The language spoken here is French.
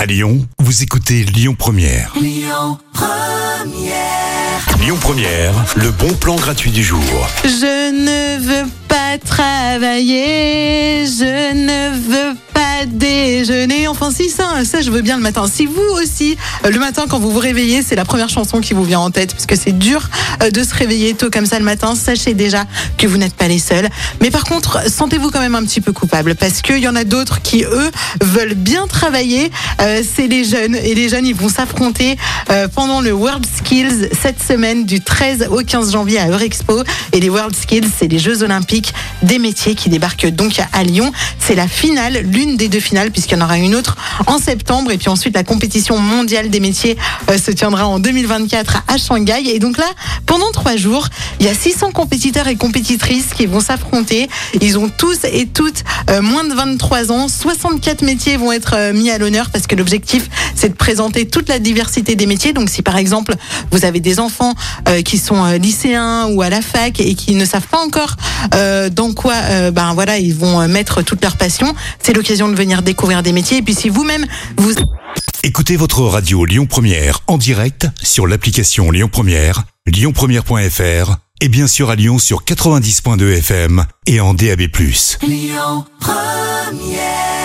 À Lyon, vous écoutez Lyon Première. Lyon Première. Lyon Première, le bon plan gratuit du jour. Je ne veux pas travailler, je ne veux pas déjeuner. Enfin si, ça je veux bien le matin. Si vous aussi, le matin quand vous vous réveillez, c'est la première chanson qui vous vient en tête, parce que c'est dur de se réveiller tôt comme ça le matin, sachez déjà que vous n'êtes pas les seuls. Mais par contre, sentez-vous quand même un petit peu coupable, parce qu'il y en a d'autres qui, eux, veulent bien travailler. C'est les jeunes, et les jeunes, ils vont s'affronter pendant le World Skills cette semaine du 13 au 15 janvier à Eurexpo. Et les World Skills, c'est les Jeux Olympiques des métiers qui débarquent donc à Lyon. C'est la finale, l'une des deux finales, puisqu'il y en aura une autre en septembre. Et puis ensuite, la compétition mondiale des métiers se tiendra en 2024 à Shanghai. Et donc là, pendant 3 jours, il y a 600 compétiteurs et compétitrices qui vont s'affronter. Ils ont tous et toutes moins de 23 ans. 64 métiers vont être mis à l'honneur, parce que l'objectif, c'est de présenter toute la diversité des métiers. Donc si par exemple, vous avez des enfants qui sont lycéens ou à la fac et qui ne savent pas encore dans quoi ils vont mettre toute leur passion, c'est l'occasion de venir découvrir des métiers. Et puis si vous-même vous... Écoutez votre radio Lyon Première en direct sur l'application Lyon Première, lyonpremière.fr et bien sûr à Lyon sur 90.2 FM et en DAB+. Lyon Première.